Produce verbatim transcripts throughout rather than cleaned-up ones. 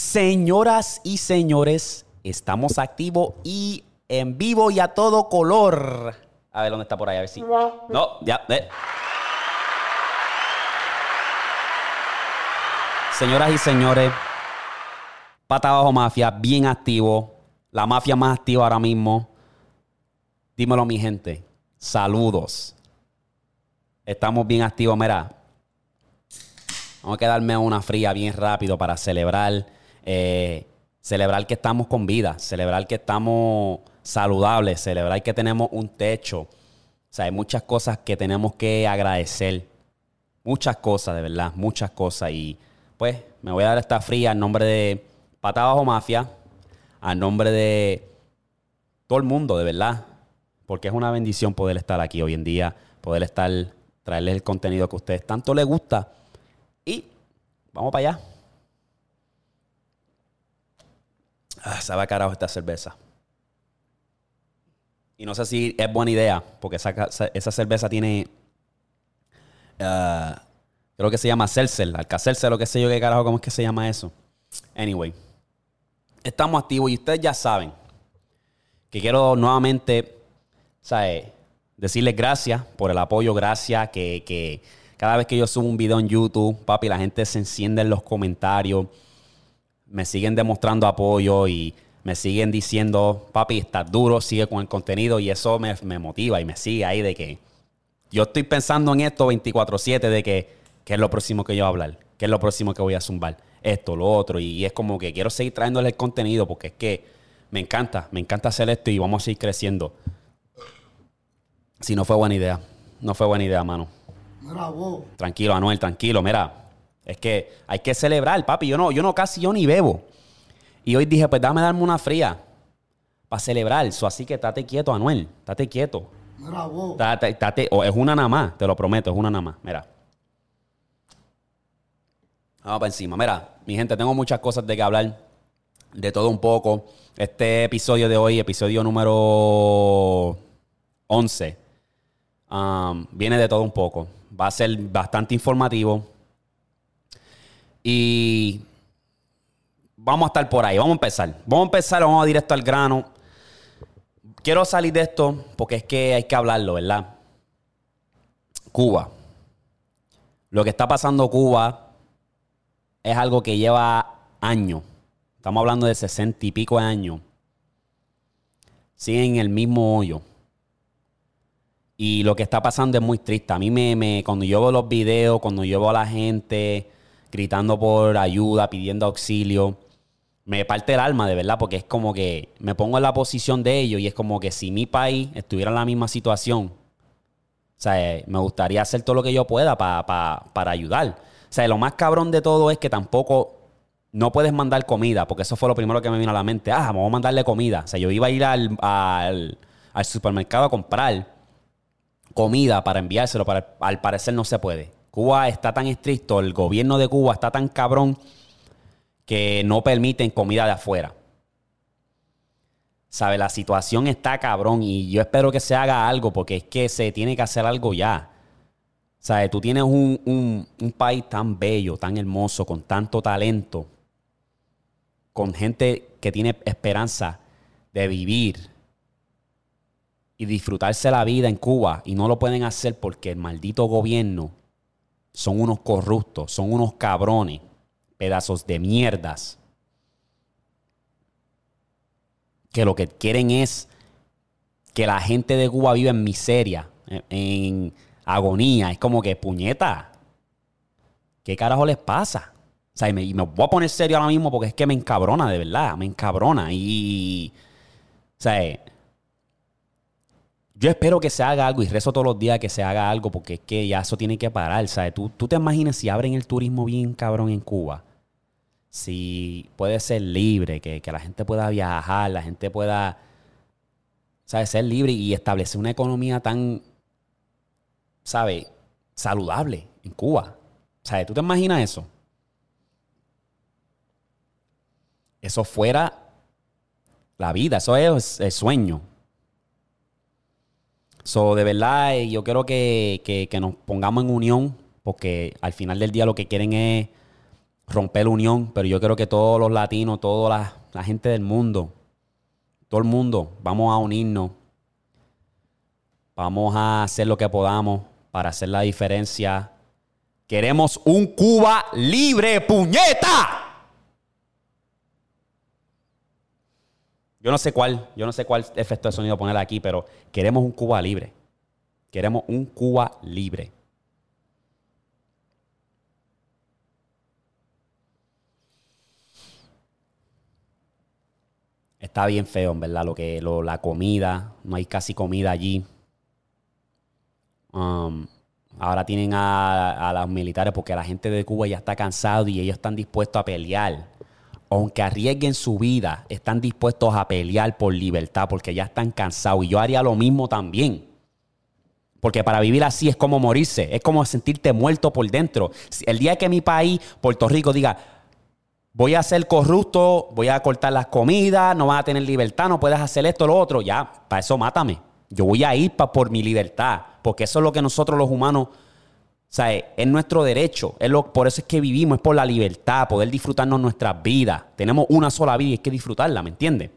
Señoras y señores, estamos activos y en vivo y a todo color. A ver dónde está por ahí, a ver si... No, ya, eh. Señoras y señores, Pata Abajo Mafia, bien activo. La mafia más activa ahora mismo. Dímelo, mi gente. Saludos. Estamos bien activos, mira. Vamos a quedarme una fría bien rápido para celebrar, eh, celebrar que estamos con vida, celebrar que estamos saludables, celebrar que tenemos un techo. O sea, hay muchas cosas que tenemos que agradecer. Muchas cosas, de verdad, muchas cosas. Y pues me voy a dar esta fría en nombre de Pata Abajo Mafia, a nombre de todo el mundo, de verdad. Porque es una bendición poder estar aquí hoy en día, poder estar, traerles el contenido que a ustedes tanto les gusta. Y vamos para allá. Ah, sabe a carajo esta cerveza. Y no sé si es buena idea, porque esa, esa cerveza tiene... Uh, creo que se llama Seltzer, Alka-Seltzer, lo que sé yo, qué carajo, ¿cómo es que se llama eso? Anyway. Estamos activos y ustedes ya saben que quiero nuevamente, ¿sabes? Decirles gracias por el apoyo, gracias que... que Cada vez que yo subo un video en YouTube, papi, la gente se enciende en los comentarios. Me siguen demostrando apoyo y me siguen diciendo, papi, estás duro, sigue con el contenido. Y eso me, me motiva y me sigue ahí de que yo estoy pensando en esto veinticuatro siete, de que qué es lo próximo que yo voy a hablar, qué es lo próximo que voy a zumbar, esto, lo otro. Y, y es como que quiero seguir trayéndole el contenido porque es que me encanta, me encanta hacer esto y vamos a seguir creciendo. Si no fue buena idea, no fue buena idea, mano. Bravo. Tranquilo, Anuel, tranquilo. Mira, es que hay que celebrar, papi. Yo no, yo no casi yo ni bebo. Y hoy dije, pues dame darme una fría para celebrar. So, así que estate quieto, Anuel. Estate quieto. Bravo. Tate, tate, o es una nada más, te lo prometo, es una nada más. Mira. Vamos para encima. Mira, mi gente, tengo muchas cosas de que hablar. De todo un poco. Este episodio de hoy, episodio número once, um, viene de todo un poco. Va a ser bastante informativo. Y vamos a estar por ahí. Vamos a empezar. Vamos a empezar, vamos a directo al grano. Quiero salir de esto porque es que hay que hablarlo, ¿verdad? Cuba. Lo que está pasando en Cuba es algo que lleva años. Estamos hablando de sesenta y pico de años. Siguen en el mismo hoyo. Y lo que está pasando es muy triste. A mí me, me, cuando yo veo los videos, cuando yo veo a la gente gritando por ayuda, pidiendo auxilio, me parte el alma, de verdad, porque es como que me pongo en la posición de ellos y es como que si mi país estuviera en la misma situación, o sea, me gustaría hacer todo lo que yo pueda pa, pa, para ayudar. O sea, lo más cabrón de todo es que tampoco no puedes mandar comida, porque eso fue lo primero que me vino a la mente. Ah, vamos a mandarle comida. O sea, yo iba a ir al, al, al supermercado a comprar comida para enviárselo, pero al parecer no se puede. Cuba está tan estricto, el gobierno de Cuba está tan cabrón que no permiten comida de afuera. ¿Sabe? La situación está cabrón y yo espero que se haga algo porque es que se tiene que hacer algo ya. ¿Sabe? Tú tienes un, un, un país tan bello, tan hermoso, con tanto talento, con gente que tiene esperanza de vivir y disfrutarse la vida en Cuba y no lo pueden hacer porque el maldito gobierno son unos corruptos, son unos cabrones, pedazos de mierdas que lo que quieren es que la gente de Cuba viva en miseria, en, en agonía. Es como que, puñeta, ¿qué carajo les pasa? O sea, y me, y me voy a poner serio ahora mismo porque es que me encabrona, de verdad, me encabrona. Y, o sea, yo espero que se haga algo y rezo todos los días que se haga algo porque es que ya eso tiene que parar, ¿sabes? ¿Tú, tú te imaginas si abren el turismo bien cabrón en Cuba? Si puede ser libre, que, que la gente pueda viajar, la gente pueda, ¿sabes? Ser libre y establecer una economía tan, ¿sabes? Saludable en Cuba. ¿Sabes? ¿Tú te imaginas eso? Eso fuera la vida, eso es el sueño. So, de verdad, yo quiero que, que, que nos pongamos en unión porque al final del día lo que quieren es romper la unión, pero yo creo que todos los latinos, toda la, la gente del mundo, todo el mundo, vamos a unirnos. Vamos a hacer lo que podamos para hacer la diferencia. Queremos un Cuba libre, puñeta. Yo no sé cuál, yo no sé cuál efecto de sonido poner aquí, pero queremos un Cuba libre. Queremos un Cuba libre. Está bien feo, en verdad, lo que, lo, la comida. No hay casi comida allí. Um, ahora tienen a, a los militares porque la gente de Cuba ya está cansado y ellos están dispuestos a pelear. Aunque arriesguen su vida, están dispuestos a pelear por libertad porque ya están cansados. Y yo haría lo mismo también. Porque para vivir así es como morirse. Es como sentirte muerto por dentro. El día que mi país, Puerto Rico, diga, voy a ser corrupto, voy a cortar las comidas, no vas a tener libertad, no puedes hacer esto o lo otro, ya, para eso mátame. Yo voy a ir pa, por mi libertad, porque eso es lo que nosotros los humanos, o sea, es, es nuestro derecho. Es lo, por eso es que vivimos, es por la libertad, poder disfrutarnos nuestras vidas. Tenemos una sola vida y hay que disfrutarla, ¿me entiendes?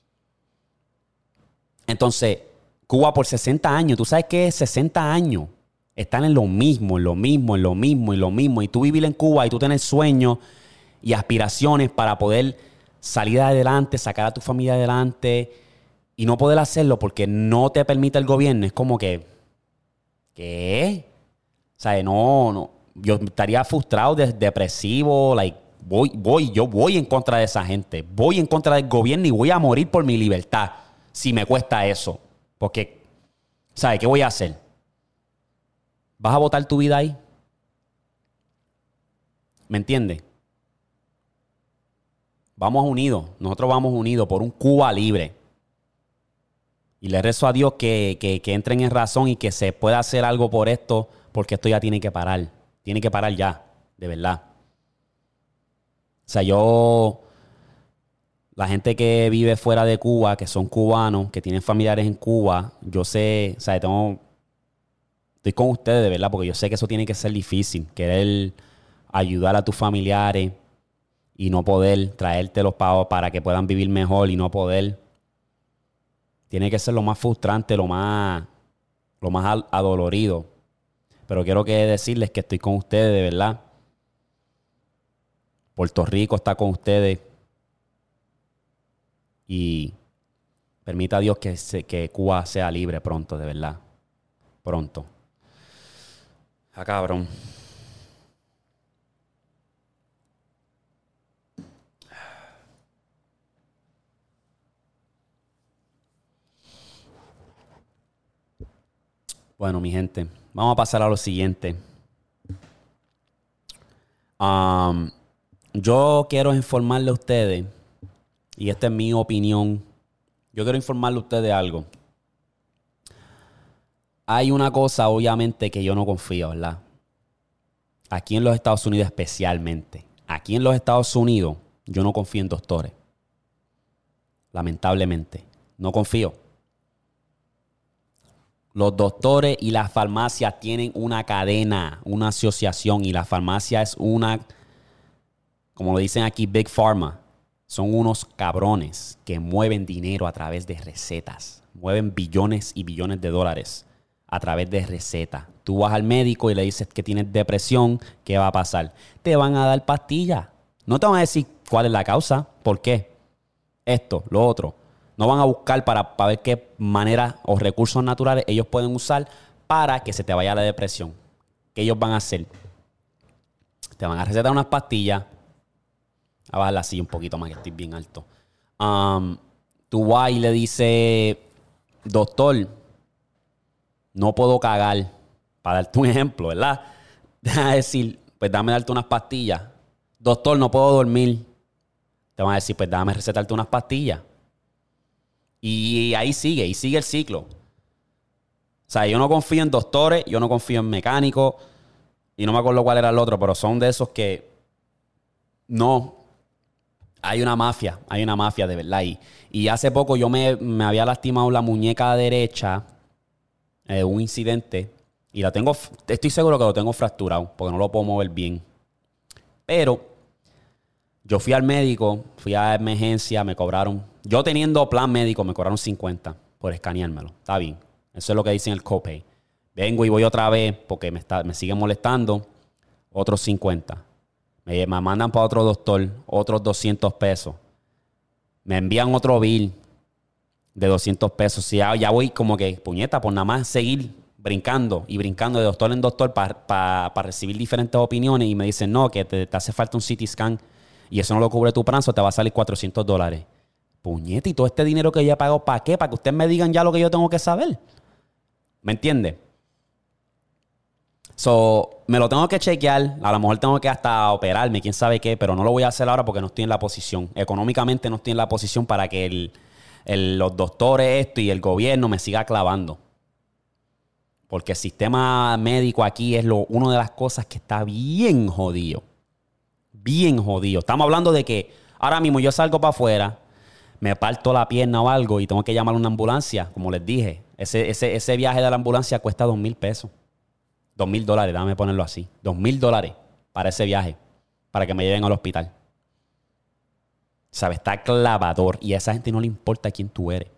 Entonces, Cuba por sesenta años, ¿tú sabes qué es sesenta años? Están en lo mismo, en lo mismo, en lo mismo, en lo mismo. Y tú vivir en Cuba y tú tener sueños y aspiraciones para poder salir adelante, sacar a tu familia adelante y no poder hacerlo porque no te permite el gobierno. Es como que, ¿qué? O sea, no, no. Yo estaría frustrado, de, depresivo, like, voy, voy, yo voy en contra de esa gente. Voy en contra del gobierno y voy a morir por mi libertad si me cuesta eso. Porque, ¿sabes qué voy a hacer? ¿Vas a botar tu vida ahí? ¿Me entiendes? Vamos unidos. Nosotros vamos unidos por un Cuba libre. Y le rezo a Dios que, que, que entren en razón y que se pueda hacer algo por esto, porque esto ya tiene que parar. Tiene que parar ya, de verdad. O sea, yo... La gente que vive fuera de Cuba, que son cubanos, que tienen familiares en Cuba, yo sé, o sea, tengo, estoy con ustedes, de verdad, porque yo sé que eso tiene que ser difícil. Querer ayudar a tus familiares y no poder traértelos para, para que puedan vivir mejor y no poder. Tiene que ser lo más frustrante, lo más, lo más adolorido. Pero quiero que decirles que estoy con ustedes, de verdad. Puerto Rico está con ustedes. Y permita a Dios que, se, que Cuba sea libre pronto, de verdad. Pronto. Ah, cabrón. Bueno, mi gente, vamos a pasar a lo siguiente. Um, yo quiero informarle a ustedes, y esta es mi opinión, yo quiero informarle a ustedes algo. Hay una cosa, obviamente, que yo no confío, ¿verdad? Aquí en los Estados Unidos especialmente. Aquí en los Estados Unidos yo no confío en doctores. Lamentablemente. No confío. Los doctores y las farmacias tienen una cadena, una asociación, y la farmacia es una, como lo dicen aquí, Big Pharma. Son unos cabrones que mueven dinero a través de recetas. Mueven billones y billones de dólares a través de recetas. Tú vas al médico y le dices que tienes depresión, ¿qué va a pasar? Te van a dar pastillas. No te van a decir cuál es la causa, por qué, esto, lo otro. No van a buscar para, para ver qué manera o recursos naturales ellos pueden usar para que se te vaya la depresión. ¿Qué ellos van a hacer? Te van a recetar unas pastillas. A bajarla así un poquito más, que estoy bien alto. Um, tú vas y le dices, doctor, no puedo cagar. Para darte un ejemplo, ¿verdad? Deja de decir, pues dame darte unas pastillas. Doctor, no puedo dormir. Te van a decir, pues dame recetarte unas pastillas. Y ahí sigue, y sigue el ciclo. O sea, yo no confío en doctores, yo no confío en mecánicos, y no me acuerdo cuál era el otro, pero son de esos que no... Hay una mafia, hay una mafia de verdad. Y, y hace poco yo me, me había lastimado la muñeca derecha, eh, un incidente, y la tengo, estoy seguro que lo tengo fracturado, porque no lo puedo mover bien. Pero Yo fui al médico, fui a emergencia, me cobraron... Yo teniendo plan médico, me cobraron cincuenta por escaneármelo. Está bien. Eso es lo que dicen el copay. Vengo y voy otra vez porque me, está, me siguen molestando. Otros cincuenta. Me, me mandan para otro doctor, otros doscientos pesos. Me envían otro bill de doscientos pesos. Y ya, ya voy como que, puñeta, por nada más seguir brincando y brincando de doctor en doctor para pa, pa recibir diferentes opiniones. Y me dicen, no, que te, te hace falta un C T scan y eso no lo cubre tu plan, te va a salir cuatrocientos dólares. Puñeta, y todo este dinero que yo he pagado, ¿para qué? Para que ustedes me digan ya lo que yo tengo que saber. ¿Me entiende? So, me lo tengo que chequear. A lo mejor tengo que hasta operarme, quién sabe qué, pero no lo voy a hacer ahora porque no estoy en la posición. Económicamente no estoy en la posición para que el, el, los doctores esto y el gobierno me siga clavando. Porque el sistema médico aquí es lo, una de las cosas que está bien jodido. Bien jodido. Estamos hablando de que ahora mismo yo salgo para afuera, me parto la pierna o algo y tengo que llamar a una ambulancia, como les dije. Ese, ese, ese viaje de la ambulancia cuesta dos mil pesos. Dos mil dólares, déjame ponerlo así. Dos mil dólares para ese viaje, para que me lleven al hospital. ¿Sabes? Está clavador y a esa gente no le importa quién tú eres.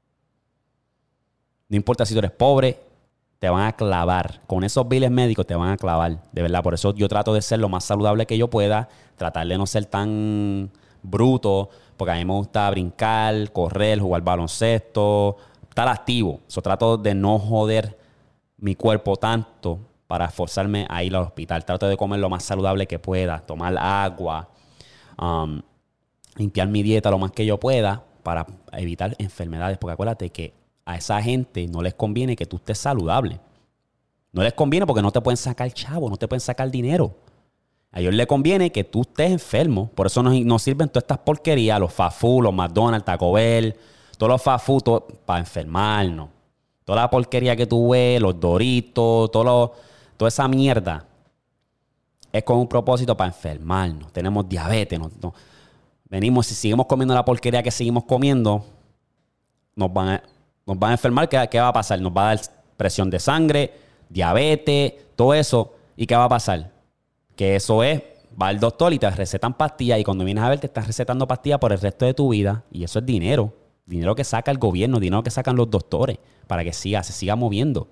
No importa si tú eres pobre, te van a clavar. Con esos biles médicos te van a clavar. De verdad, por eso yo trato de ser lo más saludable que yo pueda. Tratar de no ser tan bruto. Porque a mí me gusta brincar, correr, jugar baloncesto. Estar activo. Yo trato de no joder mi cuerpo tanto para esforzarme a ir al hospital. Trato de comer lo más saludable que pueda. Tomar agua. Um, limpiar mi dieta lo más que yo pueda para evitar enfermedades. Porque acuérdate que a esa gente no les conviene que tú estés saludable. No les conviene porque no te pueden sacar chavo, no te pueden sacar dinero. A ellos les conviene que tú estés enfermo. Por eso nos, nos sirven todas estas porquerías, los fast food, los McDonald's, Taco Bell, todos los fast food todo, para enfermarnos. Toda la porquería que tú ves, los Doritos, todo lo, toda esa mierda es con un propósito para enfermarnos. Tenemos diabetes. No, no. Venimos, si seguimos comiendo la porquería que seguimos comiendo, nos van a... Nos van a enfermar, ¿qué, ¿qué va a pasar? Nos va a dar presión de sangre, diabetes, todo eso. ¿Y qué va a pasar? Que eso es, va al doctor y te recetan pastillas y cuando vienes a ver te están recetando pastillas por el resto de tu vida y eso es dinero. Dinero que saca el gobierno, dinero que sacan los doctores para que siga, se siga moviendo.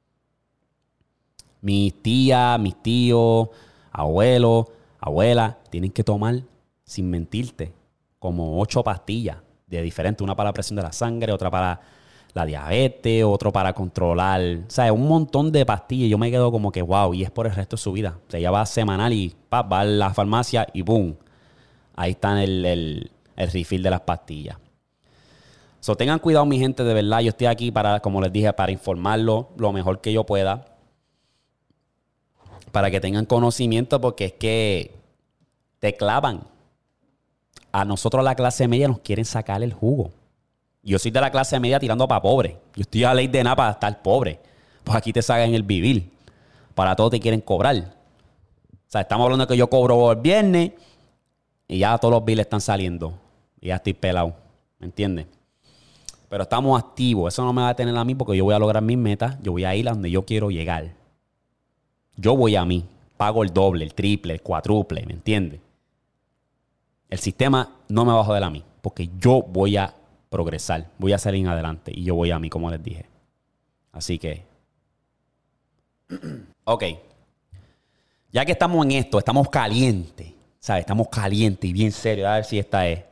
Mis tías, mis tíos, abuelos, abuelas, tienen que tomar, sin mentirte, como ocho pastillas de diferentes. Una para la presión de la sangre, otra para la diabetes, otro para controlar, o sea, un montón de pastillas. Yo me quedo como que wow, y es por el resto de su vida. O sea, ella va semanal y pa, va a la farmacia y boom, ahí está el, el, el refill de las pastillas. So, tengan cuidado, mi gente, de verdad. Yo estoy aquí para, como les dije, para informarlo lo mejor que yo pueda, para que tengan conocimiento, porque es que te clavan. A nosotros, la clase media, nos quieren sacar el jugo. Yo soy de la clase media tirando para pobre. Yo estoy a la ley de nada para estar pobre. Pues aquí te sacan el vivir. Para todo te quieren cobrar. O sea, estamos hablando de que yo cobro el viernes y ya todos los billes están saliendo. Y ya estoy pelado. ¿Me entiendes? Pero estamos activos. Eso no me va a tener a mí porque yo voy a lograr mis metas. Yo voy a ir a donde yo quiero llegar. Yo voy a mí. Pago el doble, el triple, el cuádruple. ¿Me entiendes? El sistema no me va a joder a mí porque yo voy a progresar, voy a salir adelante y yo voy a mí, como les dije. Así que ok, ya que estamos en esto, estamos calientes, ¿sabes? Estamos calientes y bien serios. A ver si esta es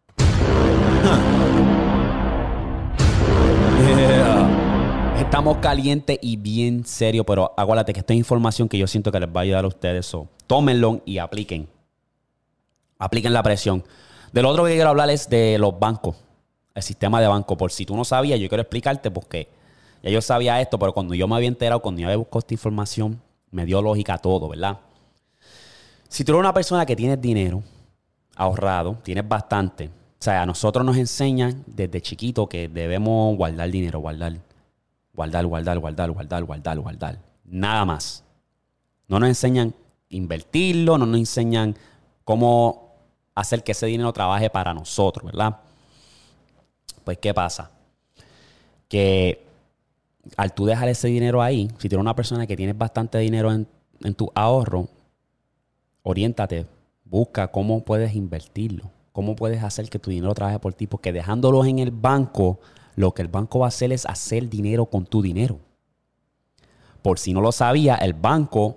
yeah. Estamos calientes y bien serios, pero acuérdate que esta es información que yo siento que les va a ayudar a ustedes. So, tómenlo y apliquen apliquen la presión. De lo otro que quiero hablar es de los bancos. El sistema de banco. Por si tú no sabías, yo quiero explicarte porque ya yo sabía esto, pero cuando yo me había enterado, cuando yo había buscado esta información, me dio lógica todo, ¿verdad? Si tú eres una persona que tienes dinero ahorrado, tienes bastante. O sea, a nosotros nos enseñan desde chiquito que debemos guardar dinero, guardar, guardar, guardar, guardar, guardar, guardar, guardar. Nada más. No nos enseñan invertirlo, no nos enseñan cómo hacer que ese dinero trabaje para nosotros, ¿verdad? Pues, ¿qué pasa? Que al tú dejar ese dinero ahí, si tú eres una persona que tienes bastante dinero en, en tu ahorro, oriéntate, busca cómo puedes invertirlo. Cómo puedes hacer que tu dinero trabaje por ti. Porque dejándolos en el banco, lo que el banco va a hacer es hacer dinero con tu dinero. Por si no lo sabía, el banco,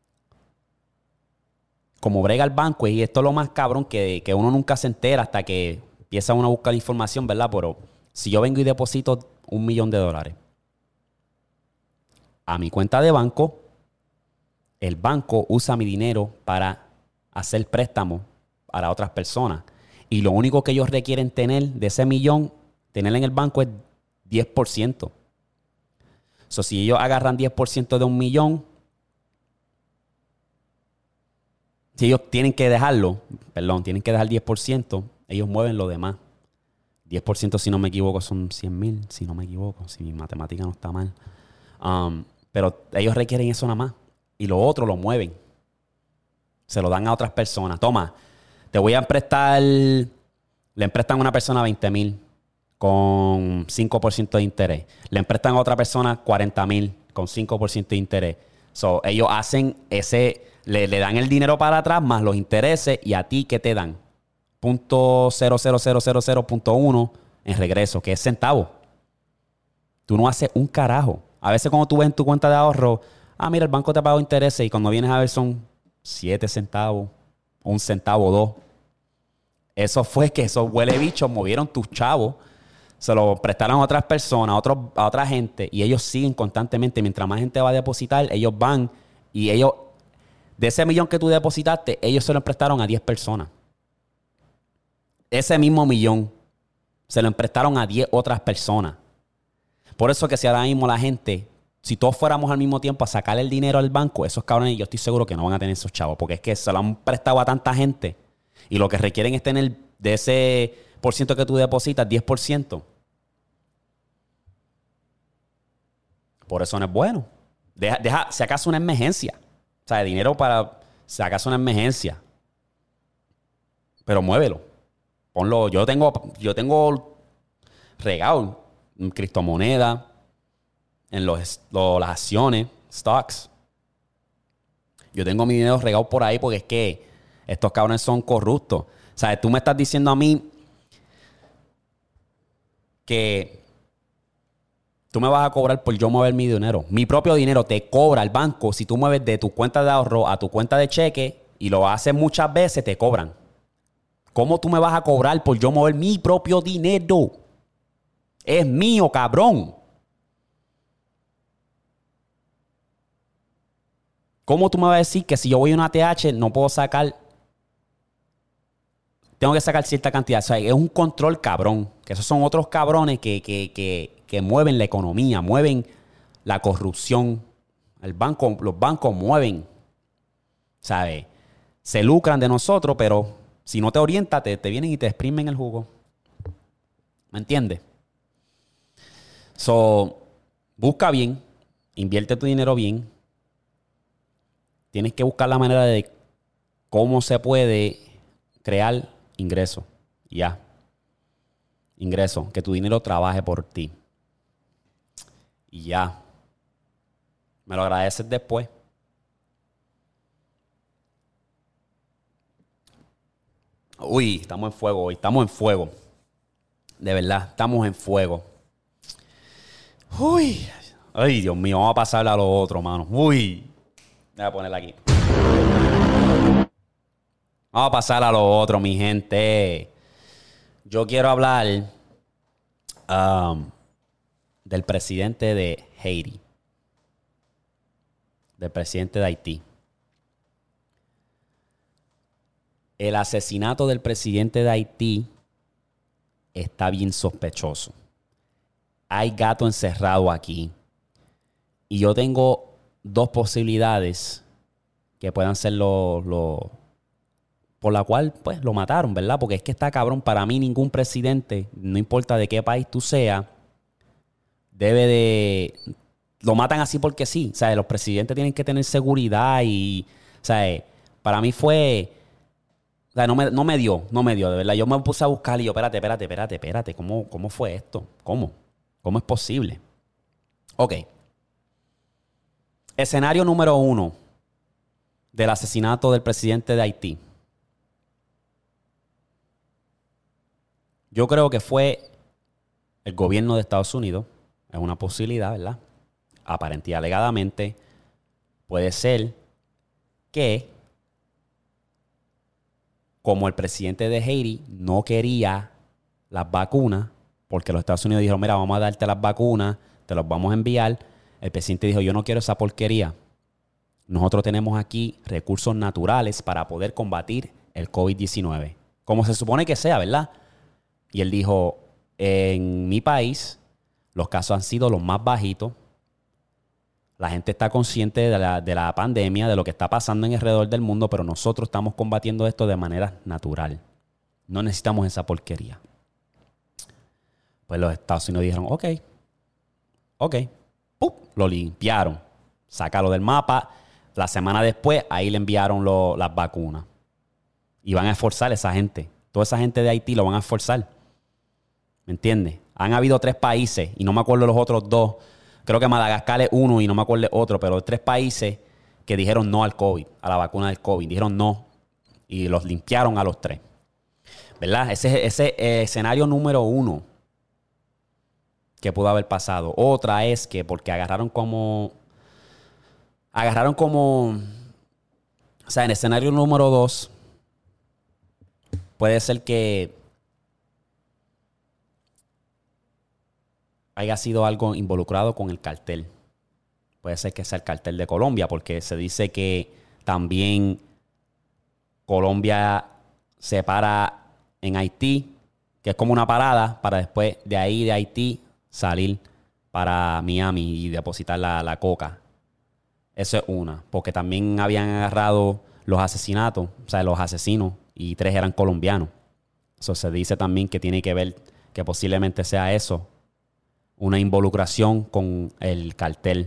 como brega el banco, y esto es lo más cabrón que, que uno nunca se entera hasta que empieza uno a buscar información, ¿verdad? Pero si yo vengo y deposito un millón de dólares a mi cuenta de banco, el banco usa mi dinero para hacer préstamos para otras personas. Y lo único que ellos requieren tener de ese millón, tener en el banco es diez por ciento. So, si ellos agarran diez por ciento de un millón, si ellos tienen que dejarlo, perdón, tienen que dejar diez por ciento, ellos mueven lo demás. diez por ciento, si no me equivoco, son cien mil, si no me equivoco, si mi matemática no está mal. Um, pero ellos requieren eso nada más. Y lo otro lo mueven. Se lo dan a otras personas. Toma, te voy a prestar, le emprestan a una persona veinte mil con cinco por ciento de interés. Le emprestan a otra persona cuarenta mil con cinco por ciento de interés. So, ellos hacen ese, le, le dan el dinero para atrás más los intereses, y a ti, ¿qué te dan? punto cero cero cero cero cero punto uno en regreso, que es centavo. Tú no haces un carajo. A veces cuando tú ves en tu cuenta de ahorro, ah, mira, el banco te pagó intereses, y cuando vienes a ver son siete centavos, un centavo, dos. Eso fue que esos huele bichos movieron tus chavos, se lo prestaron a otras personas, a, otros, a otra gente, y ellos siguen constantemente. Mientras más gente va a depositar, ellos van, y ellos, de ese millón que tú depositaste, ellos se lo prestaron a diez personas. Ese mismo millón se lo emprestaron a diez otras personas. Por eso que si ahora mismo la gente, si todos fuéramos al mismo tiempo a sacarle el dinero al banco, esos cabrones, yo estoy seguro que no van a tener esos chavos, porque es que se lo han prestado a tanta gente y lo que requieren es tener de ese por ciento que tú depositas, diez por ciento. Por eso no es bueno. Deja, deja si acaso una emergencia. O sea, dinero para, si acaso una emergencia. Pero muévelo. Ponlo. Yo tengo, yo tengo regalo en criptomonedas, en los, los, las acciones, stocks. Yo tengo mi dinero regado por ahí porque es que estos cabrones son corruptos. O sea, tú me estás diciendo a mí que tú me vas a cobrar por yo mover mi dinero. Mi propio dinero te cobra el banco. Si tú mueves de tu cuenta de ahorro a tu cuenta de cheque y lo haces muchas veces, te cobran. ¿Cómo tú me vas a cobrar por yo mover mi propio dinero? Es mío, cabrón. ¿Cómo tú me vas a decir que si yo voy a una A T H no puedo sacar, tengo que sacar cierta cantidad? O sea, es un control cabrón. Que esos son otros cabrones que, que, que, que mueven la economía, mueven la corrupción. El banco, los bancos mueven, ¿sabes? Se lucran de nosotros, pero si no te orientas, te, te vienen y te exprimen el jugo. ¿Me entiendes? So, busca bien, invierte tu dinero bien. Tienes que buscar la manera de cómo se puede crear ingresos. Ya. Ingresos. Que tu dinero trabaje por ti. Y ya. Me lo agradeces después. Uy, estamos en fuego hoy. Estamos en fuego. De verdad, estamos en fuego. Uy. Ay, Dios mío. Vamos a pasarle a lo otro, mano. Uy. Voy a ponerla aquí. Vamos a pasar a lo otro, mi gente. Yo quiero hablar um, del presidente de Haití. Del presidente de Haití. El asesinato del presidente de Haití está bien sospechoso. Hay gato encerrado aquí. Y yo tengo dos posibilidades que puedan ser lo, lo por la cual pues lo mataron, ¿verdad? Porque es que está cabrón. Para mí ningún presidente, no importa de qué país tú seas, debe de... Lo matan así porque sí. O sea, los presidentes tienen que tener seguridad y... O sea, para mí fue... O sea, no me, no me dio, no me dio, de verdad. Yo me puse a buscar y yo, espérate, espérate, espérate, espérate. ¿Cómo, cómo fue esto? ¿Cómo? ¿Cómo es posible? Ok. Escenario número uno del asesinato del presidente de Haití. Yo creo que fue el gobierno de Estados Unidos. Es una posibilidad, ¿verdad? Aparente y alegadamente puede ser que, como el presidente de Haití no quería las vacunas, porque los Estados Unidos dijeron, mira, vamos a darte las vacunas, te las vamos a enviar. El presidente dijo, yo no quiero esa porquería. Nosotros tenemos aquí recursos naturales para poder combatir el COVID diecinueve. Como se supone que sea, ¿verdad? Y él dijo, en mi país los casos han sido los más bajitos. La gente está consciente de la, de la pandemia, de lo que está pasando en alrededor del mundo, pero nosotros estamos combatiendo esto de manera natural. No necesitamos esa porquería. Pues los Estados Unidos dijeron, ok, ok, ¡pup! Lo limpiaron. Sácalo del mapa. La semana después, ahí le enviaron lo, las vacunas. Y van a esforzar a esa gente. Toda esa gente de Haití lo van a esforzar. ¿Me entiendes? Han habido tres países, y no me acuerdo los otros dos. Creo que Madagascar es uno y no me acuerdo otro, pero tres países que dijeron no al COVID, a la vacuna del COVID. Dijeron no y los limpiaron a los tres. ¿Verdad? Ese es ese eh, escenario número uno que pudo haber pasado. Otra es que porque agarraron como... Agarraron como... O sea, en el escenario número dos puede ser que haya sido algo involucrado con el cartel. Puede ser que sea el cartel de Colombia, porque se dice que también Colombia se para en Haití, que es como una parada, para después de ahí de Haití salir para Miami y depositar la, la coca. Eso es una, porque también habían agarrado los asesinatos, o sea, los asesinos, y tres eran colombianos. Eso se dice también que tiene que ver, que posiblemente sea eso, una involucración con el cartel.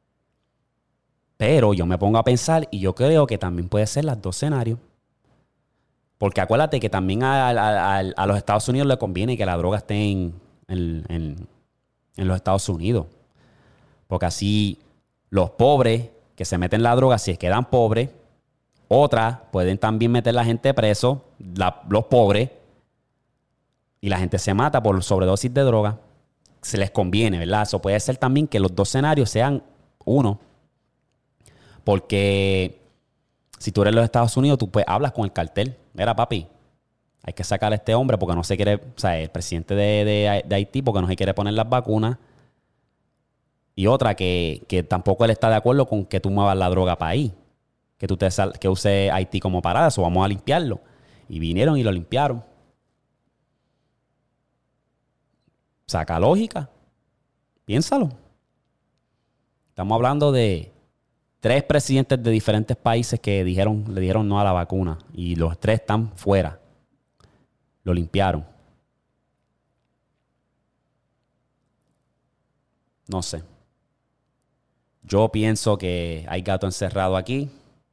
Pero yo me pongo a pensar y yo creo que también puede ser los dos escenarios. Porque acuérdate que también a, a, a, a los Estados Unidos le conviene que la droga esté en, en, en, en los Estados Unidos. Porque así los pobres que se meten la droga, si quedan pobres, otras pueden también meter la gente preso, la, los pobres, y la gente se mata por sobredosis de droga. Se les conviene, ¿verdad? Eso puede ser también que los dos escenarios sean uno. Porque si tú eres de los Estados Unidos, tú pues hablas con el cartel. Mira, papi, hay que sacar a este hombre porque no se quiere... O sea, el presidente de, de, de Haití porque no se quiere poner las vacunas. Y otra, que, que tampoco él está de acuerdo con que tú muevas la droga para ahí. Que tú te sal, que use Haití como parada. Eso vamos a limpiarlo. Y vinieron y lo limpiaron. Saca lógica. Piénsalo. Estamos hablando de tres presidentes de diferentes países que dijeron, le dijeron no a la vacuna. Y los tres están fuera. Lo limpiaron. No sé. Yo pienso que hay gato encerrado aquí.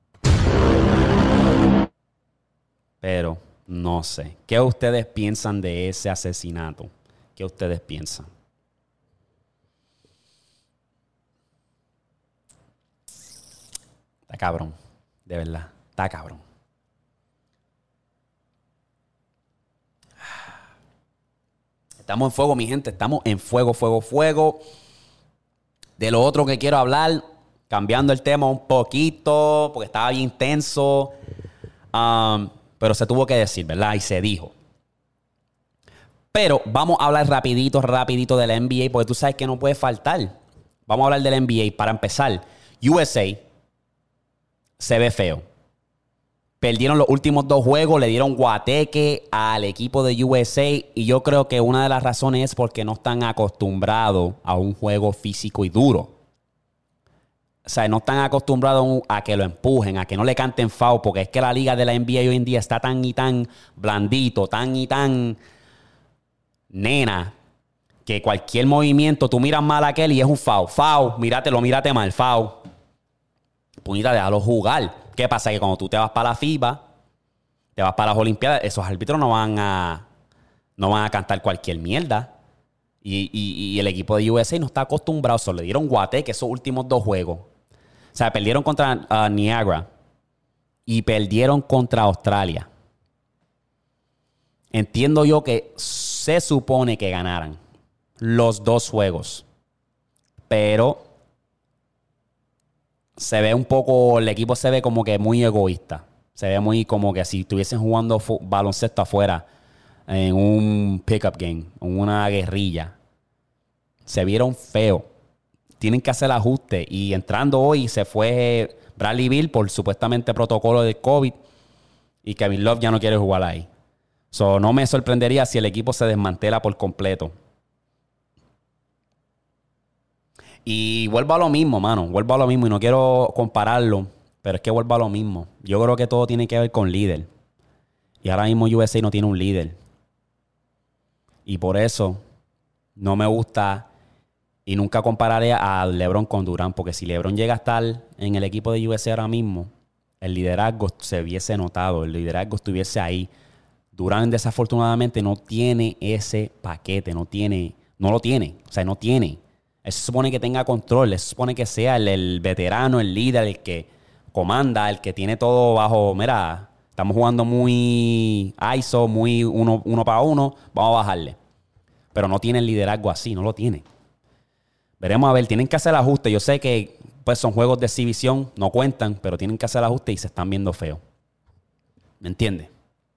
Pero no sé. ¿Qué ustedes piensan de ese asesinato? ¿Qué ustedes piensan? Está cabrón. De verdad. Está cabrón. Estamos en fuego, mi gente. Estamos en fuego, fuego, fuego. De lo otro que quiero hablar, cambiando el tema un poquito, porque estaba bien tenso. Um, pero se tuvo que decir, ¿verdad? Y se dijo. Pero vamos a hablar rapidito, rapidito de la N B A, porque tú sabes que no puede faltar. Vamos a hablar de la N B A. Para empezar, U S A se ve feo. Perdieron los últimos dos juegos, le dieron guateque al equipo de U S A y yo creo que una de las razones es porque no están acostumbrados a un juego físico y duro. O sea, no están acostumbrados a que lo empujen, a que no le canten foul, porque es que la liga de la N B A hoy en día está tan y tan blandito, tan y tan nena, que cualquier movimiento, tú miras mal a aquel y es un foul. Foul, míratelo, mírate mal, foul. Puñita, déjalo jugar. ¿Qué pasa? Que cuando tú te vas para la FIBA, te vas para las Olimpiadas, esos árbitros no van a, no van a cantar cualquier mierda. Y, y, y el equipo de U S A no está acostumbrado. Solo le dieron guateque esos últimos dos juegos. O sea, perdieron contra uh, Niagara y perdieron contra Australia. Entiendo yo que se supone que ganaran los dos juegos. Pero se ve un poco, el equipo se ve como que muy egoísta. Se ve muy como que si estuviesen jugando baloncesto afuera en un pickup game, en una guerrilla. Se vieron feo. Tienen que hacer ajuste. Y entrando hoy se fue Bradley Beal por supuestamente protocolo de COVID. Y Kevin Love ya no quiere jugar ahí. So, no me sorprendería si el equipo se desmantela por completo. Y vuelvo a lo mismo, mano. Vuelvo a lo mismo y no quiero compararlo, pero es que vuelvo a lo mismo. Yo creo que todo tiene que ver con líder. Y ahora mismo U S A no tiene un líder. Y por eso no me gusta y nunca compararé a LeBron con Durant, porque si LeBron llega a estar en el equipo de U S A ahora mismo, el liderazgo se hubiese notado, el liderazgo estuviese ahí. Durant desafortunadamente no tiene ese paquete, no tiene, no lo tiene, o sea, no tiene. Él se supone que tenga control, él se supone que sea el, el veterano, el líder, el que comanda, el que tiene todo bajo, mira, estamos jugando muy I S O, muy uno, uno para uno, vamos a bajarle. Pero no tiene el liderazgo así, no lo tiene. Veremos a ver, tienen que hacer ajustes. Yo sé que pues, son juegos de exhibición, no cuentan, pero tienen que hacer ajustes y se están viendo feos. ¿Me entiendes?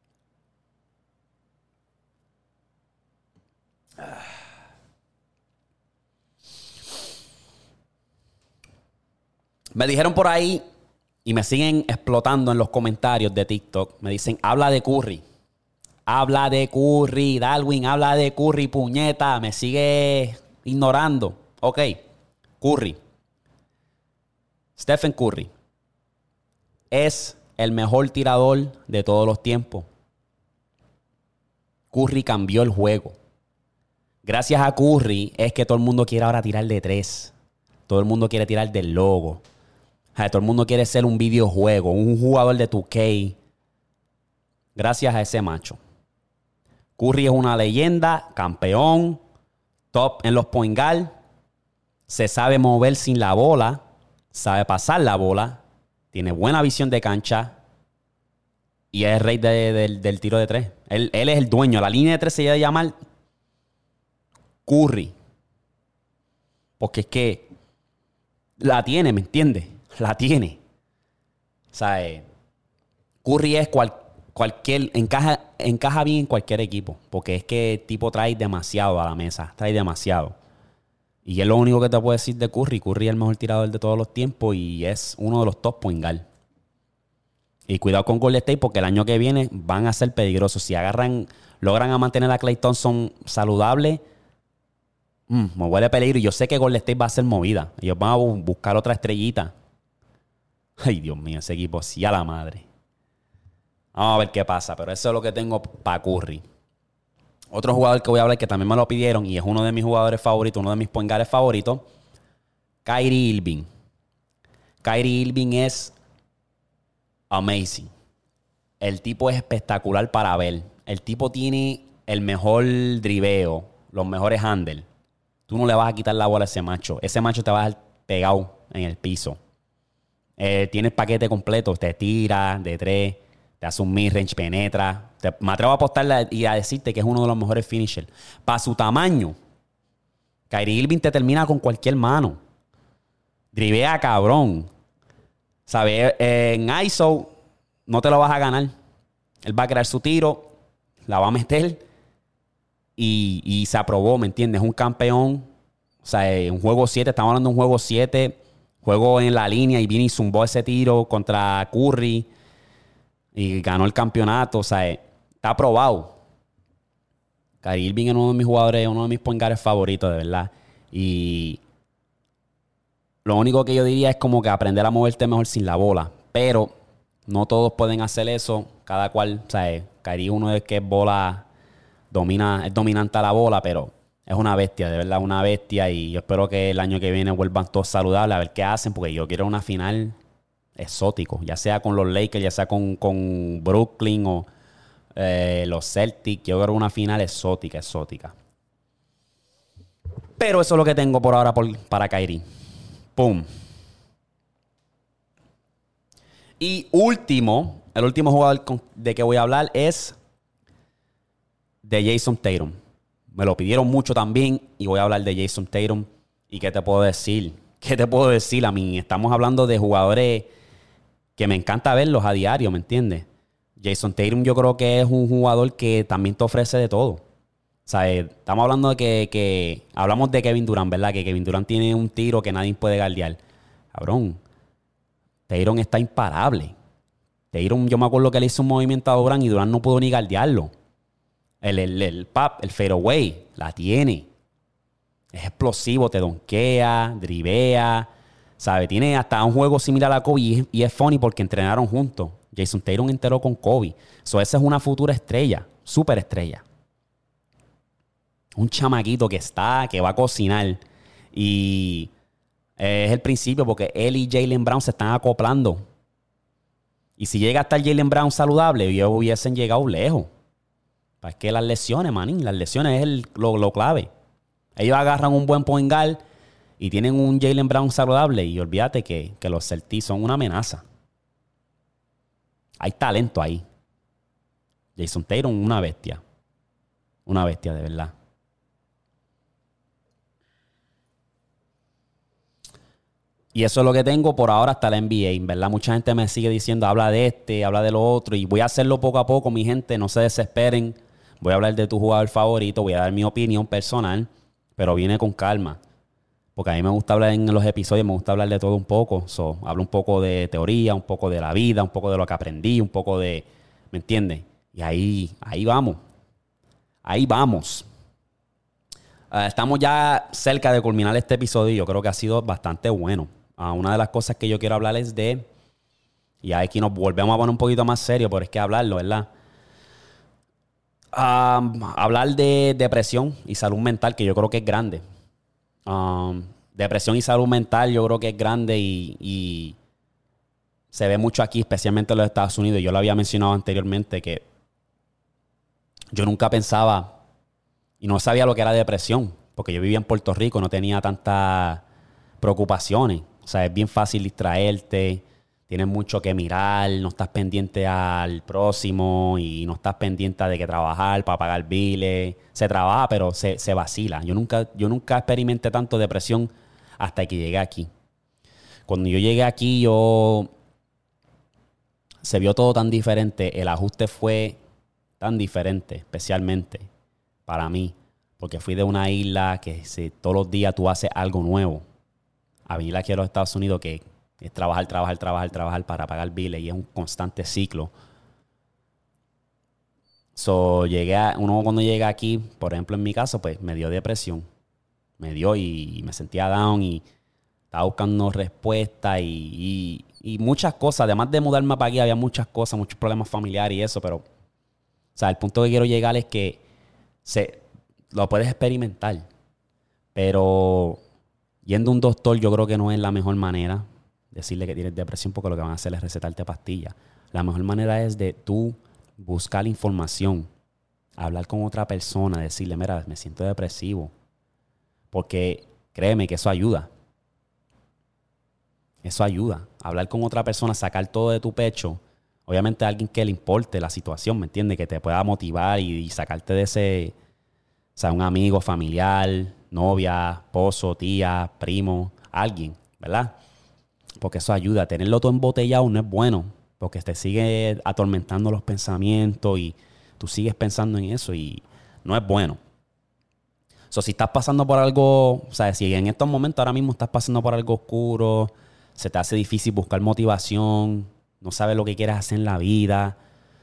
Me dijeron por ahí y me siguen explotando en los comentarios de TikTok. Me dicen, habla de Curry. Habla de Curry, Darwin, habla de Curry, puñeta. Me sigue ignorando. Ok, Curry. Stephen Curry es el mejor tirador de todos los tiempos. Curry cambió el juego. Gracias a Curry es que todo el mundo quiere ahora tirar de tres. Todo el mundo quiere tirar del logo. O sea, todo el mundo quiere ser un videojuego, un jugador de dos K. Gracias a ese macho. Curry es una leyenda, campeón, top en los point guard. Se sabe mover sin la bola, sabe pasar la bola, tiene buena visión de cancha y es el rey de, de, del tiro de tres. Él, él es el dueño. La línea de tres se debe llamar Curry. Porque es que la tiene, ¿me entiendes? La tiene. O sea, eh, Curry es cual, cualquier... Encaja, encaja bien en cualquier equipo. Porque es que el tipo trae demasiado a la mesa. Trae demasiado. Y es lo único que te puedo decir de Curry. Curry es el mejor tirador de todos los tiempos y es uno de los top point guard. Y cuidado con Golden State porque el año que viene van a ser peligrosos. Si agarran, logran a mantener a Klay Thompson saludable, mmm, me huele peligro. Y yo sé que Golden State va a ser movida. Ellos van a bu- buscar otra estrellita. Ay, Dios mío, ese equipo sí a la madre. Vamos a ver qué pasa, pero eso es lo que tengo para Curry. Otro jugador que voy a hablar que también me lo pidieron y es uno de mis jugadores favoritos, uno de mis point guards favoritos, Kyrie Irving. Kyrie Irving es amazing. El tipo es espectacular para ver. El tipo tiene el mejor driveo, los mejores handles. Tú no le vas a quitar la bola a ese macho. Ese macho te va a dejar pegado en el piso. Eh, tiene el paquete completo. Te tira de tres, te hace un mid-range, penetra. Te, me atrevo a apostarle y a decirte que es uno de los mejores finishers. Para su tamaño, Kyrie Irving te termina con cualquier mano. Drivea cabrón. ¿Sabes? Eh, en I S O no te lo vas a ganar. Él va a crear su tiro, la va a meter y, y se aprobó, ¿me entiendes? Es un campeón. O sea, en un juego siete, estamos hablando de un juego siete, juego en la línea y vino y zumbó ese tiro contra Curry y ganó el campeonato. O sea, está aprobado. Kyrie Irving es uno de mis jugadores, uno de mis point guards favoritos, de verdad. Y lo único que yo diría es como que aprender a moverte mejor sin la bola. Pero no todos pueden hacer eso. Cada cual, o sea, Kyrie uno es que es bola, domina, es dominante a la bola, pero es una bestia, de verdad, una bestia. Y yo espero que el año que viene vuelvan todos saludables a ver qué hacen, porque yo quiero una final exótico, ya sea con los Lakers, ya sea con, con Brooklyn o eh, los Celtics. Yo quiero una final exótica, exótica. Pero eso es lo que tengo por ahora por, para Kyrie. ¡Pum! Y último, el último jugador con, de que voy a hablar es de Jason Tatum. Me lo pidieron mucho también y voy a hablar de Jason Tatum. ¿Y qué te puedo decir? ¿Qué te puedo decir? A mí estamos hablando de jugadores que me encanta verlos a diario, ¿me entiendes? Jason Tatum yo creo que es un jugador que también te ofrece de todo. O sea, eh, estamos hablando de que, que... Hablamos de Kevin Durant, ¿verdad? Que Kevin Durant tiene un tiro que nadie puede guardiar. Cabrón, Tatum está imparable. Tatum, yo me acuerdo que le hizo un movimiento a Durant y Durant no pudo ni guardiarlo. El, el, el pop, el fadeaway, la tiene. Es explosivo, te donkea, drivea, ¿sabe? Tiene hasta un juego similar a Kobe y, y es funny porque entrenaron juntos. Jason Tatum enteró con Kobe. So, esa es una futura estrella, súper estrella. Un chamaquito que está, que va a cocinar. Y es el principio porque él y Jaylen Brown se están acoplando. Y si llega a estar Jaylen Brown saludable, ellos hubiesen llegado lejos. Es que las lesiones, manín, las lesiones es el, lo, lo clave. Ellos agarran un buen point guard y tienen un Jaylen Brown saludable y olvídate que, que los Celtics son una amenaza. Hay talento ahí. Jason Tatum, una bestia. Una bestia, de verdad. Y eso es lo que tengo por ahora hasta la N B A, ¿verdad? Mucha gente me sigue diciendo, habla de este, habla de lo otro. Y voy a hacerlo poco a poco, mi gente. No se desesperen. Voy a hablar de tu jugador favorito. Voy a dar mi opinión personal. Pero viene con calma. Porque a mí me gusta hablar en los episodios, me gusta hablar de todo un poco. So, hablo un poco de teoría, un poco de la vida, un poco de lo que aprendí, un poco de... ¿Me entiendes? Y ahí, ahí vamos. Ahí vamos. Uh, estamos ya cerca de culminar este episodio y yo creo que ha sido bastante bueno. Uh, una de las cosas que yo quiero hablar es de... Y aquí nos volvemos a poner un poquito más serio, pero es que hablarlo, ¿verdad? Um, hablar de depresión y salud mental, que yo creo que es grande. Um, depresión y salud mental yo creo que es grande y, y se ve mucho aquí, especialmente en los Estados Unidos. Yo lo había mencionado anteriormente que yo nunca pensaba y no sabía lo que era depresión, porque yo vivía en Puerto Rico, no tenía tantas preocupaciones. O sea, es bien fácil distraerte. Tienes mucho que mirar, no estás pendiente al próximo y no estás pendiente de que trabajar para pagar biles. Se trabaja, pero se, se vacila. Yo nunca, yo nunca experimenté tanto depresión hasta que llegué aquí. Cuando yo llegué aquí, yo... Se vio todo tan diferente. El ajuste fue tan diferente, especialmente para mí. Porque fui de una isla que si, todos los días tú haces algo nuevo. A venir aquí a los Estados Unidos que... Es trabajar, trabajar, trabajar, trabajar para pagar biles y es un constante ciclo. So, llegué a, uno cuando llega aquí, por ejemplo en mi caso, pues me dio depresión. Me dio y, y me sentía down y estaba buscando respuestas y, y, y muchas cosas. Además de mudarme para aquí, había muchas cosas, muchos problemas familiares y eso, pero... O sea, el punto que quiero llegar es que se, lo puedes experimentar, pero yendo a un doctor yo creo que no es la mejor manera. Decirle que tienes depresión porque lo que van a hacer es recetarte pastillas. La mejor manera es de tú buscar información, hablar con otra persona, decirle, mira, me siento depresivo. Porque créeme que eso ayuda. Eso ayuda. Hablar con otra persona, sacar todo de tu pecho. Obviamente a alguien que le importe la situación, ¿me entiendes? Que te pueda motivar y, y sacarte de ese... O sea, un amigo, familiar, novia, esposo, tía, primo, alguien, ¿verdad? Porque eso ayuda. Tenerlo todo embotellado no es bueno. Porque te sigue atormentando los pensamientos y tú sigues pensando en eso y no es bueno. So, si estás pasando por algo... O sea, si en estos momentos ahora mismo estás pasando por algo oscuro, se te hace difícil buscar motivación, no sabes lo que quieres hacer en la vida,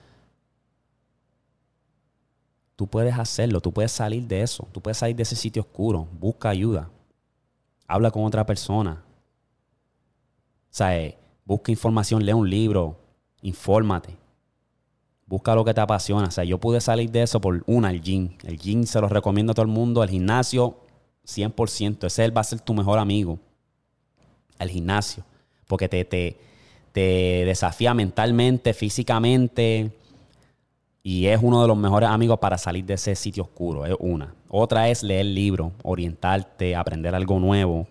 tú puedes hacerlo. Tú puedes salir de eso. Tú puedes salir de ese sitio oscuro. Busca ayuda. Habla con otra persona. O sea, eh, busca información, lee un libro, infórmate. Busca lo que te apasiona. O sea, yo pude salir de eso por una, el gym. El gym se lo recomiendo a todo el mundo. El gimnasio, cien por ciento. Ese va a ser tu mejor amigo. El gimnasio. Porque te, te, te desafía mentalmente, físicamente. Y es uno de los mejores amigos para salir de ese sitio oscuro. Es una. Otra es leer libros, orientarte, aprender algo nuevo.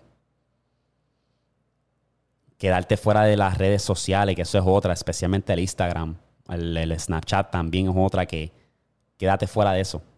Quedarte fuera de las redes sociales, que eso es otra, especialmente el Instagram. El, el Snapchat también es otra que quédate fuera de eso.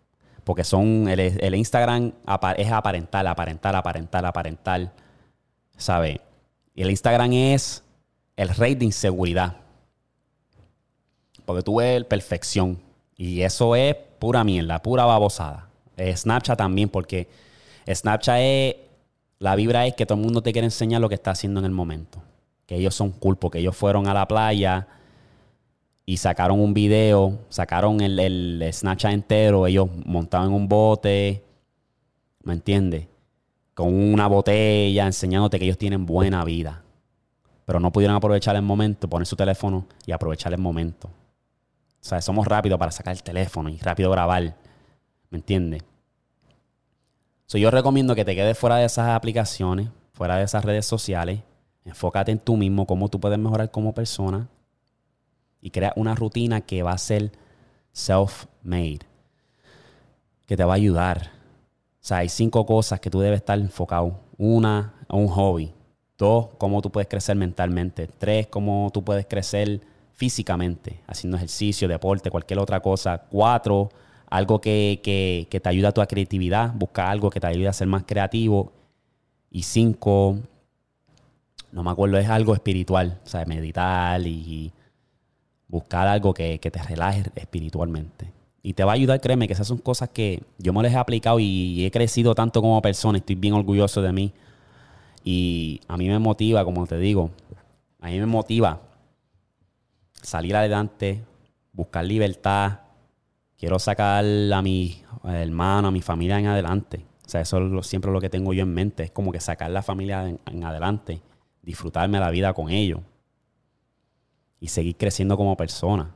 Porque son... El, el Instagram es aparentar, aparentar, aparentar, aparentar. ¿Sabes? Y el Instagram es el rey de inseguridad. Porque tú ves perfección. Y eso es pura mierda, pura babosada. Eh, Snapchat también, porque Snapchat es... La vibra es que todo el mundo te quiere enseñar lo que está haciendo en el momento. Que ellos son cool, porque ellos fueron a la playa y sacaron un video, sacaron el, el Snapchat entero, ellos montaban en un bote, ¿me entiendes? Con una botella, enseñándote que ellos tienen buena vida. Pero no pudieron aprovechar el momento, poner su teléfono y aprovechar el momento. O sea, somos rápidos para sacar el teléfono y rápido grabar, ¿me entiendes? So, yo recomiendo que te quedes fuera de esas aplicaciones, fuera de esas redes sociales. Enfócate en tú mismo, cómo tú puedes mejorar como persona. Y crea una rutina que va a ser self-made. Que te va a ayudar. O sea, hay cinco cosas que tú debes estar enfocado. Una, un hobby. Dos, cómo tú puedes crecer mentalmente. Tres, cómo tú puedes crecer físicamente. Haciendo ejercicio, deporte, cualquier otra cosa. Cuatro, algo que, que, que te ayude a tu creatividad. Busca algo que te ayude a ser más creativo. Y cinco, no me acuerdo, es algo espiritual. O sea, meditar y buscar algo que, que te relaje espiritualmente. Y te va a ayudar, créeme, que esas son cosas que yo me las he aplicado y he crecido tanto como persona. Estoy bien orgulloso de mí. Y a mí me motiva, como te digo, a mí me motiva salir adelante, buscar libertad. Quiero sacar a mi hermano, a mi familia en adelante. O sea, eso es lo, siempre lo que tengo yo en mente. Es como que sacar la familia en, en adelante. Disfrutarme la vida con ellos. Y seguir creciendo como persona.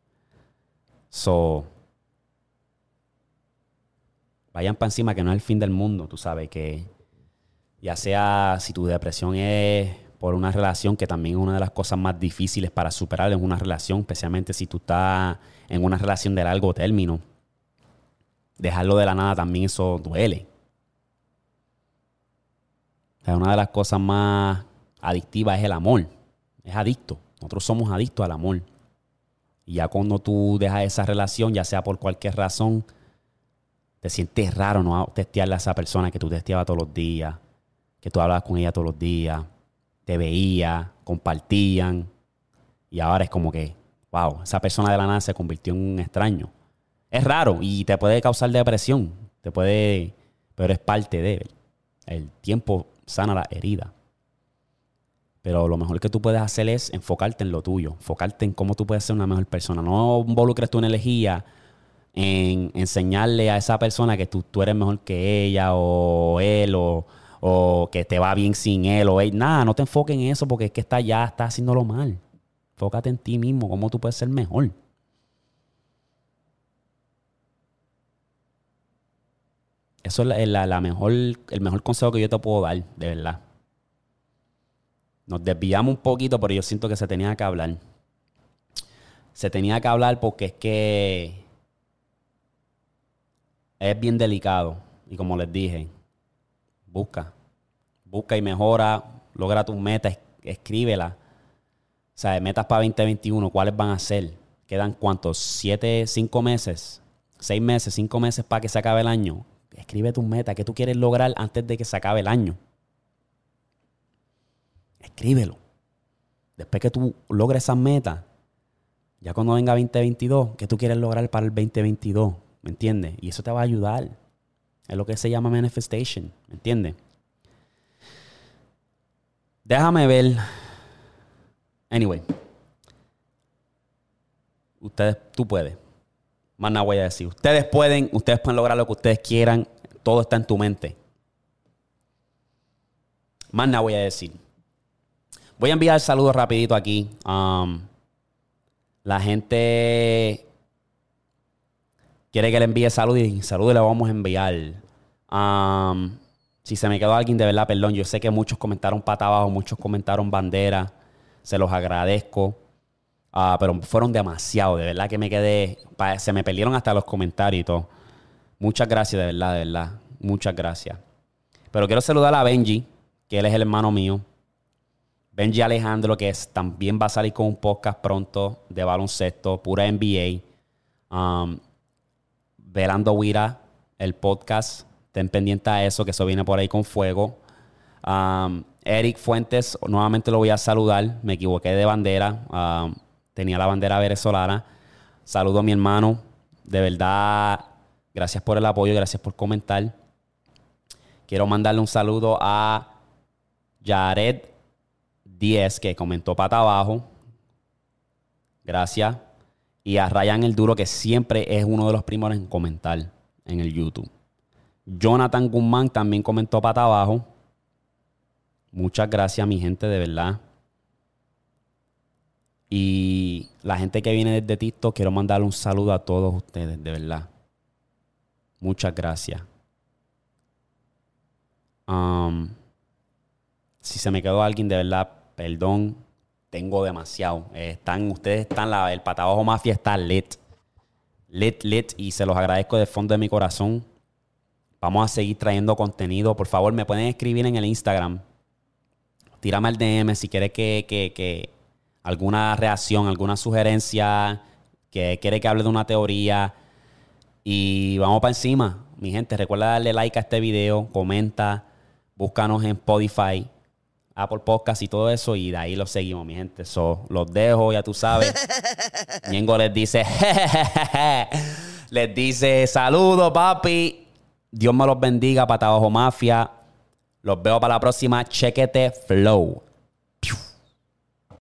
So, vayan para encima, que no es el fin del mundo. Tú sabes que ya sea si tu depresión es por una relación, que también es una de las cosas más difíciles para superar en una relación, especialmente si tú estás en una relación de largo término. Dejarlo de la nada también eso duele. O sea, una de las cosas más adictivas es el amor. Es adicto. Nosotros somos adictos al amor. Y ya cuando tú dejas esa relación, ya sea por cualquier razón, te sientes raro no testearle a esa persona que tú testeabas todos los días, que tú hablabas con ella todos los días, te veía, compartían. Y ahora es como que, wow, esa persona de la nada se convirtió en un extraño. Es raro y te puede causar depresión. Te puede, pero es parte de él. El tiempo sana la herida. Pero lo mejor que tú puedes hacer es enfocarte en lo tuyo. Enfocarte en cómo tú puedes ser una mejor persona. No involucres tu energía en enseñarle a esa persona que tú, tú eres mejor que ella o él o, o que te va bien sin él o él. Nada, no te enfoques en eso porque es que está ya está haciéndolo mal. Enfócate en ti mismo, cómo tú puedes ser mejor. Eso es la, la, la mejor, el mejor consejo que yo te puedo dar, de verdad. Nos desviamos un poquito, pero yo siento que se tenía que hablar. Se tenía que hablar porque es que es bien delicado. Y como les dije, busca. Busca y mejora. Logra tus metas. Escríbelas. O sea, metas para veinte veintiuno. ¿Cuáles van a ser? ¿Quedan cuántos? ¿Siete, cinco meses? ¿Seis meses? ¿Cinco meses para que se acabe el año? Escribe tus metas. ¿Qué tú quieres lograr antes de que se acabe el año? Escríbelo. Después que tú logres esas metas, ya cuando venga veinte veintidós, ¿qué tú quieres lograr para el veinte veintidós? ¿Me entiendes? Y eso te va a ayudar. Es lo que se llama manifestation. ¿Me entiendes? Déjame ver. Anyway. Ustedes, tú puedes. Más nada voy a decir. Ustedes pueden, ustedes pueden lograr lo que ustedes quieran. Todo está en tu mente. Más nada voy a decir. Voy a enviar saludos rapidito aquí. Um, la gente quiere que le envíe saludos y saludos le vamos a enviar. Um, si se me quedó alguien, de verdad, perdón. Yo sé que muchos comentaron pata abajo, muchos comentaron bandera. Se los agradezco. Uh, pero fueron demasiado. De verdad que me quedé... Se me perdieron hasta los comentarios y todo. Muchas gracias, de verdad, de verdad. Muchas gracias. Pero quiero saludar a Benji, que él es el hermano mío. Benji Alejandro, que es, también va a salir con un podcast pronto de baloncesto, pura N B A. Um, Velando Wira, el podcast. Estén pendientes a eso, que eso viene por ahí con fuego. Um, Eric Fuentes, nuevamente lo voy a saludar. Me equivoqué de bandera. Um, tenía la bandera venezolana. Saludo a mi hermano. De verdad, gracias por el apoyo, gracias por comentar. Quiero mandarle un saludo a Jared Díez, que comentó pata abajo. Gracias. Y a Ryan el Duro, que siempre es uno de los primeros en comentar en el YouTube. Jonathan Guzmán también comentó pata abajo. Muchas gracias, mi gente, de verdad. Y la gente que viene desde TikTok, quiero mandarle un saludo a todos ustedes, de verdad. Muchas gracias. Um, si se me quedó alguien, de verdad, perdón. Tengo demasiado. Eh, están, ustedes están, la, el Pata Abajo Mafia está lit. Lit, lit. Y se los agradezco de fondo de mi corazón. Vamos a seguir trayendo contenido. Por favor, me pueden escribir en el Instagram. Tírame al D M si quieres que, que, que alguna reacción, alguna sugerencia, que quiere que hable de una teoría. Y vamos para encima. Mi gente, recuerda darle like a este video, comenta, búscanos en Spotify, Apple Podcast y todo eso, y de ahí lo seguimos, mi gente. So, los dejo, ya tú sabes. Ñengo les dice, les dice, saludos, papi. Dios me los bendiga, Pata Abajo Mafia. Los veo para la próxima. Chequete Flow.